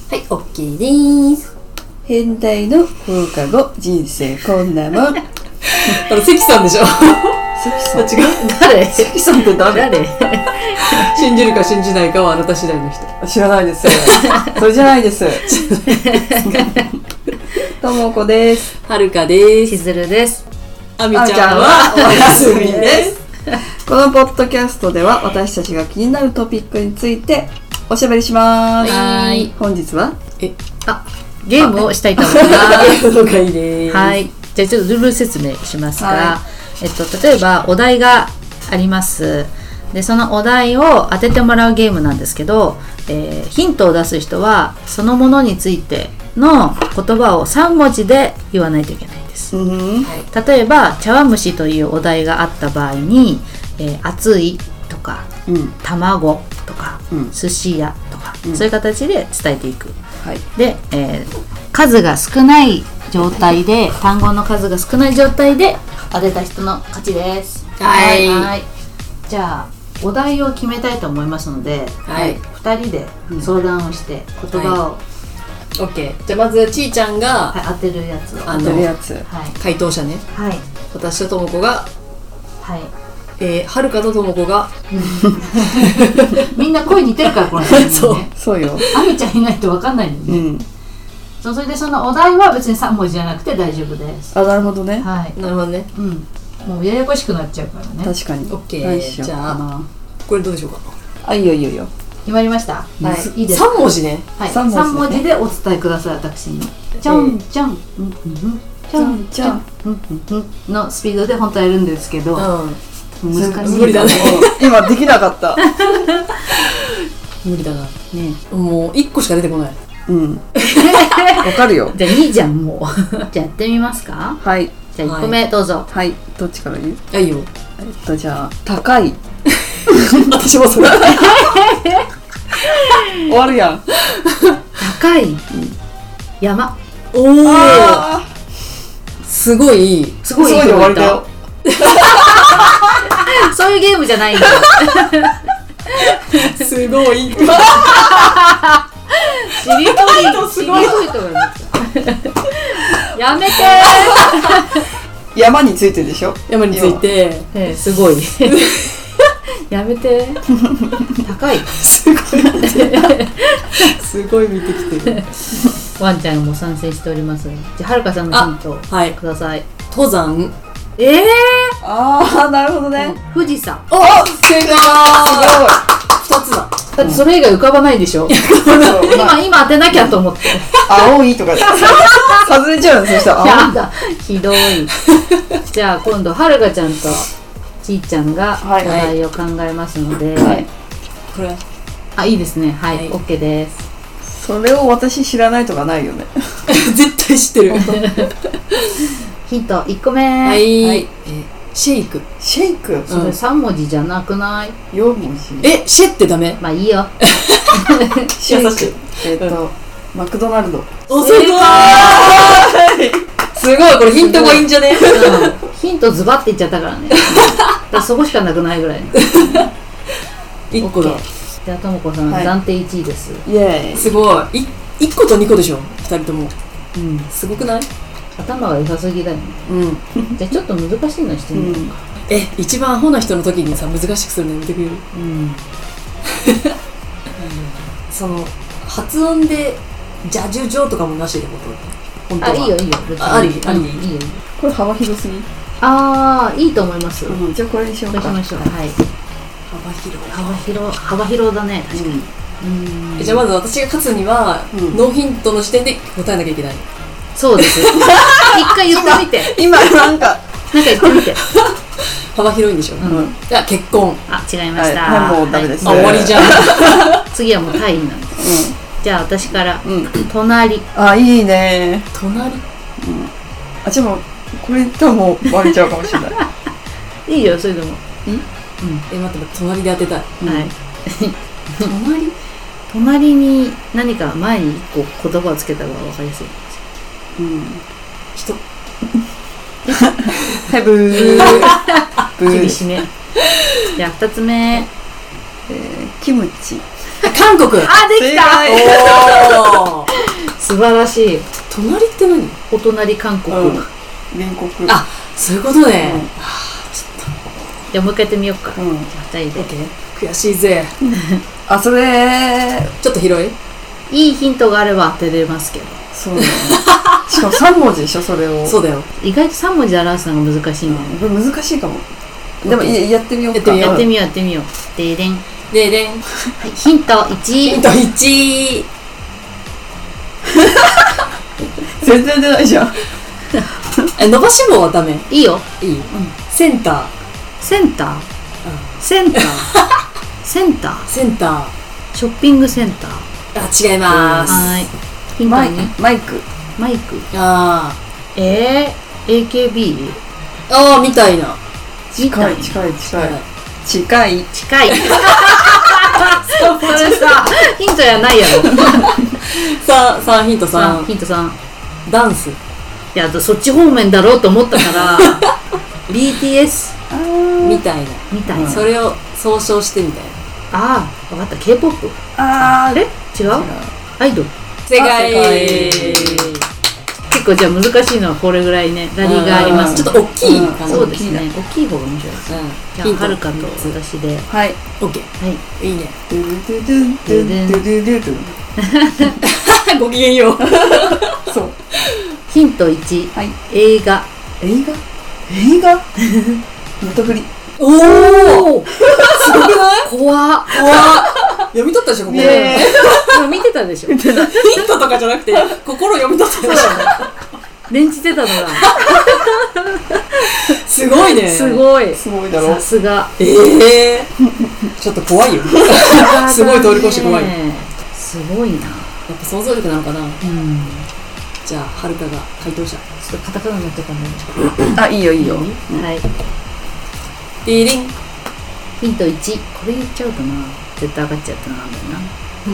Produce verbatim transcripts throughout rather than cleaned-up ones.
はい、OK でーす。 変態の放課後人生こんなもん。あの関さんでしょ。 関さん。 違う。誰？ 関さんって誰？ 誰？信じるか信じないかはあなた次第の人。 知らないです。それじゃないです。ともこです。 はるかです。 しずるです。 あみちゃんはお休みです。 このポッドキャストでは私たちが気になるトピックについておしゃべりします。 はい。 本日はえあゲームをしたいと思います。 ゲームの会です。 はい。じゃあちょっとルール説明しますが、 はえっと例えばお題があります。でそのお題を当ててもらうゲームなんですけど、えー、ヒントを出す人はそのものについての言葉をさん文字で言わないといけないです。 うん、 例えば茶碗蒸しというお題があった場合に、えー、熱いとか、 うん、 卵とか、うん、寿司屋とか、うん、そういう形で伝えていく、 はい、 で、えー、数が少ない状態で単語の数が少ない状態で当てた人の勝ちです。 はい、 はい、じゃあお題を決めたいと思いますので、 はい、 ふたりで相談をして言葉を、はい 、OK。 じゃあまずちーちゃんが、 はい、当てるやつを当てるやつ、はい、 回答者ね、 はい、 私とともこが、 はい、 えー、はるかとともこがみんな声似てるからこの人、ね、 そうそうよ。 あみちゃんいないと分かんないのね、うん、そうそれでそのお題は別にさん文字じゃなくて大丈夫です。 あ、なるほどね。 はい、 なるほどね、 うん、もうややこしくなっちゃうからね。 確かに。 OK。 じゃあこれどうでしょうか。 あ、いいよいいよいいよ。 決まりました。はい、いいです。 さん文字ね。 はい、さん文字でお伝えください。私にちょんちょんうんうんちょんちょんうんうんのスピードで本当はやるんですけど、うん、難しい。 無理だね。 今できなかった。 無理だな。ね、もういっこしか出てこない。 うん。わかるよ。 じゃあにじゃんもう。じゃあやってみますか。 はい。 じゃあいっこめどうぞ。 はい。どっちから言う？ あ、いいよ。 えっとじゃあ高い。 私もそれ。 終わるやん。 高い、うん、山。 おお。すごいすごい終わりだよ。 そういうゲームじゃないんだよ。 すごい。しりとりすごいとやめて。 山についてでしょ。 山について、 えー、すごい。やめて。高い。 すごい。すごい見てきてる。 ワンちゃんも参戦しております。じゃあはるかさんのヒントください。 登山。 ええー。 ああ、なるほどね。 富士山。 お、正解。すごい。二つだ。 だってそれ以外浮かばないでしょ。今今当てなきゃと思って。 青いとか外れちゃうの。そしたらやだ。ひどい。じゃあ今度はるかちゃんとちーちゃんがお題を考えますので、 はい、 これあ、いいですね。はい、はい、OK です。 それを私知らないとかないよね。 絶対知ってる。 ヒントいっこめ。 はい、はい、えー、シェイク。 シェイク、 それさん文字じゃなくない？ よん文字。 え、シェってダメ？ まあいいよ。 シェイク、えっと、マクドナルド。 お、すごい。すごい、これヒントもいいんじゃね？ ヒントズバって言っちゃったからね。だそこしかなくないぐらい。 いっこだ。 じゃあともこさん、はい、暫定いちいです。 イエーイ。 すごい。いいっことにこでしょ、ふたりとも。うん、すごくない？ 頭が良さすぎだよね。うん。じゃあちょっと難しいのしてみようか。 うん、え、一番アホな人の時にさ、難しくするのやめてくれる？うん。その発音でジャジュジョーとかもなしってこと？本当は。あ、いいよいいよ。ありありでいい。いいよ。 これ幅広すぎ？ ああ、いいと思います。 うん、じゃあこれにしようか。 これしましょう。はい。 幅広幅広幅広だね。確かに。 うん。じゃあまず私が勝つには、うん、ノーヒントの時点で答えなきゃいけない。 そうです。一回言ってみて。 今なんかなんか言ってみて。 幅広いんでしょ。うん。じゃあ結婚。 あ、違いました。 はい、もうダメです。 あ、終わりじゃん。 次はもうタイなんです。じゃあ私から隣。 あ、いいね。 隣。うん。 あ、でもこれとも割れちゃうかもしれない。 いいよ、それでも。 いい？うん。え、待って待って、隣で当てたい。はい。 隣？隣に何か前に一個言葉をつけた方が分かりやすい。 うん。 人。 はい、ブー。 ブー。厳しめ。じゃあ二つ目。 えー、キムチ。 韓国。あ、できた。 お素晴らしい。 隣って何？ お隣韓国、 うん、隣国。 あ、そういうことね、うん、 じゃあもう一回やってみようか、うん、じゃあふたりで、 okay、悔しいぜあ、それちょっと広い？ いいヒントがあれば当てれますけど。 そうだねしかもさん文字でしょ、それを。 そうだよ。 意外とさん文字で表すのが難しいんだよね、 うん、これ難しいかも。でもやってみようか。 やってみようやってみよう。ででんででん、はい、 ヒントいち。 ヒントいち全然出ないじゃんえ、伸ばし棒はダメ？ いいよ。 いい、うん、センターセンター、うん、センターセンターセンターショッピングセンター。 あ、違います。 はい。ヒントにマイクマイク。 あーえー、エーケービー？ ああ、みたいな。 近い近い近い近い近いそれさ、ヒントやないやろさん、さんヒントさん。 ヒントさん。 ダンス。 いや、そっち方面だろうと思ったからビーティーエスみたいなみたいな、 それを総称してみたいな。 ああ、分かった。 K-ポップ。 あー、 え、違う？アイドル。 正解。 結構じゃあ難しいのはこれぐらいね、ラリーがあります。 ちょっと大きい感じ。 そうですね、大きい方が面白いです。じゃあはるかと私で。 はい、 OK。 はい、いいね。 ドゥルドゥドゥドゥドゥドゥドゥドゥごきげんようそう。 ヒントいち、はい、映画。 映画映画ネットフリ。 おおすごくない？ 怖っ怖っ読み取ったでしょ、ここ。 ねえ見てたでしょ。ヒントとかじゃなくて心読み取ったでしょ。 連じてたのがすごいね。 すごいすごいだろ。 さすが。 ええー、ちょっと怖いよすごい通り越して怖い。 すごいな。やっぱ想像力なのかな。うん。じゃあはるかが回答者。 ちょっとカタカナになってたんだ。 あ、いいよいいよ。はい。 リリン。 ヒントいち。これ言っちゃうとな、絶対上がっちゃったなんだよな。 うん。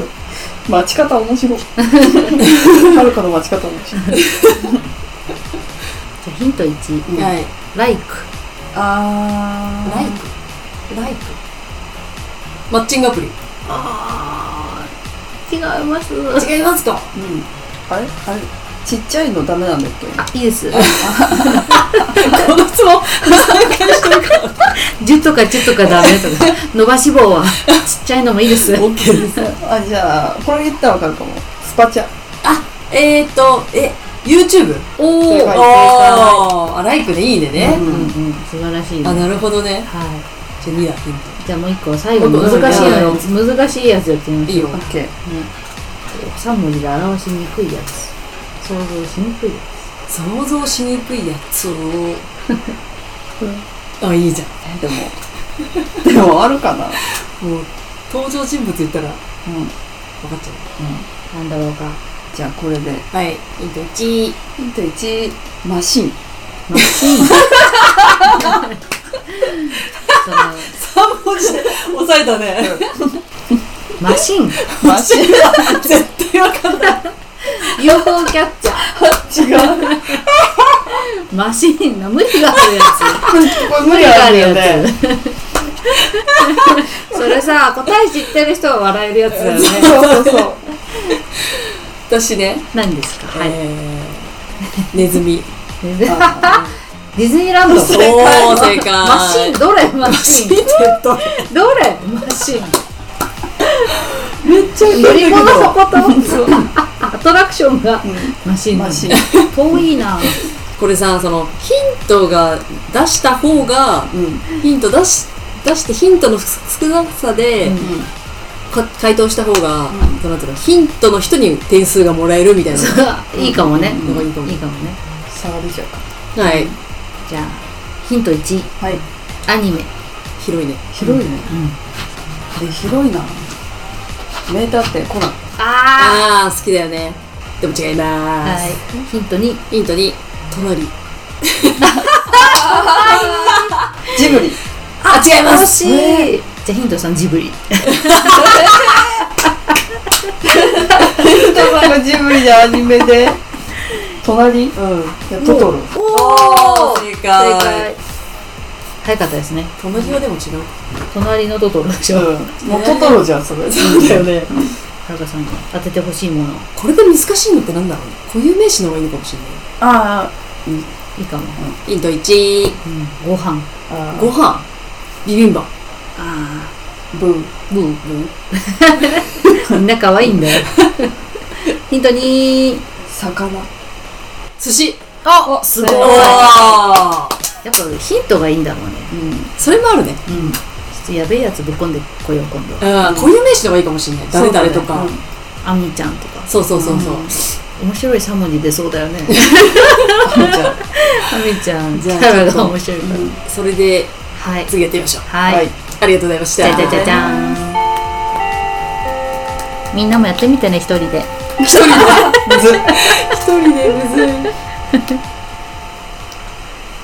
待ち方面白いはるかの待ち方面白いじゃあヒントいち、 はい、 ライク。 あー、ライクライクマッチングアプリ。 あー、違います。 違いますか。うん、 あれあれちっちゃいのダメなんだっけ。 あ、いいですこの質問じゅとかじゅとかダメとか伸ばし棒はちっちゃいのもいいです。 OK です。 あ、じゃあこれ言ったらわかるかも。スパチャ。 あ、えーとえ YouTube。 おー、 あー、ライクでいいねね。 うんうんうん、素晴らしいね。 あ、なるほどね。 はい。 じゃあにだヒント。 じゃあもう一個最後難しいの難しいやつやってみましょう。 いいよ。 OK ね。 さん文字で表しにくいやつ。想像しにくいやつ。想像しにくいやつをあ、いいじゃん。 え、でもでもあるかな。もう登場人物言ったら、うん、分かっちゃう。うん、なんだろうか。 じゃあこれで。 はい。ヒントいち。 ヒントいち。マシン。 マシン。 そのさん文字で抑えたね。 マシン。 マシンは絶対分かんない。 ユーフォー キャッチャー。 違う。 マシンの無理があるやつ。 これ無理があるよね。 それさ、答え知ってる人は笑えるやつだよね。 そうそうそう。 私ね。 何ですか。はい。 ネズミ。 ディズニーランド。おー、 正解。 マシン、どれマシン。どれマシン。 めっちゃ乗り物のことアトラクションがマシン。 マシン遠いな。 これさ、そのヒントが出した方が、うん、ヒント出し出してヒントの少なさで、うん、回答した方が、うん、どうなったらヒントの人に点数がもらえるみたいな。 いいかもね。 いいかも。 いいかもね。 差が出ちゃうか。 はい。 じゃあヒントいち。 はい。 アニメ。 広いね。 広いね。うん。で広いな。名探偵コナン。 ああー、好きだよね。でも違います。 はい。ヒントに。 ヒントに。隣。 ジブリ。 あ、違います。 惜しい。じゃあヒントさんジブリ。ヒントさんがジブリでアニメで。隣。うん。トトロ。 おー、正解。正解。 早かったですね。 隣はでも違う。 隣のトトロでしょ。 うん、もうトトロじゃんそれ。 そうだよね。 はるかさんに当ててほしいもの。 これで難しいのってなんだろうね。固有名詞の方がいいのかもしれない。 ああ、 いいかも。 ヒントいち、 うん、ご飯。 あご飯、ビビンバ。 あブー。 ブーブあ、みんな可愛いんだよ。ヒントに、 魚。 寿司。 あ、すごい。 あやっぱヒントがいいんだろうね。 それもあるね。 うん。ちょっとやべえやつぶっ込んでこよう今度。 うん、固有名詞の方がいいかもしれない。誰々とか。 あみちゃんとか。 そうそうそうそう。 面白いさん文字出そうだよね。 あみちゃん。 あみちゃん、キじゃあャラが面白いから。 それではい。 次やってみましょう。 はい。 はいありがとうございました。 じゃじゃじゃじゃん。みんなもやってみてね、一人で。 一人でむずい。一人でむずい。